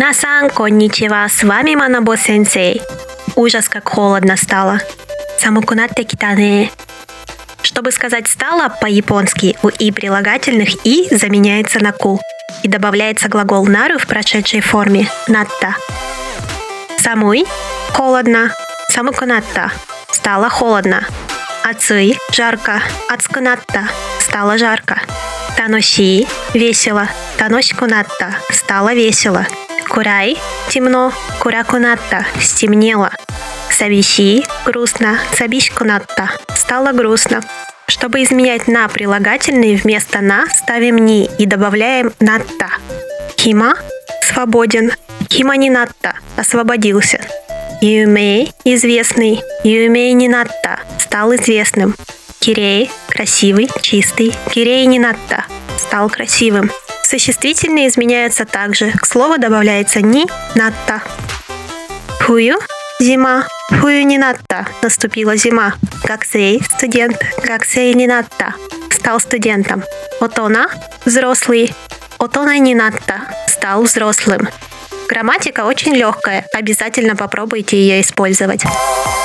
Минасан, конничева, с вами Манабо-сенсей. Ужас, как холодно стало. Самукунатте китане. Чтобы сказать «стало» по-японски, у «и» прилагательных «и» заменяется на «ку». И добавляется глагол «нару» в прошедшей форме «натта». Самуй – холодно. Самукунатта – стало холодно. Ацуй – жарко. Ацкунатта – стало жарко. Таноши – весело. Таношикунатта – стало весело. Курай – темно. Курякунатта – стемнело. Сабиши – грустно. Сабишикунатта – стало грустно. Чтобы изменять на прилагательные, вместо на ставим ни и добавляем натта. Хима – свободен. Хима не натта – освободился. Юмей – известный. Юмей не натта – стал известным. Кирей – красивый, чистый. Кирей не натта – стал красивым. Существительные изменяются также. К слову добавляется ни натта. Фую – зима. Фую не натта – наступила зима. Гаксей – студент. Гаксей не натта – стал студентом. Отона – взрослый. Отона не натта – стал взрослым. Грамматика очень легкая. Обязательно попробуйте ее использовать.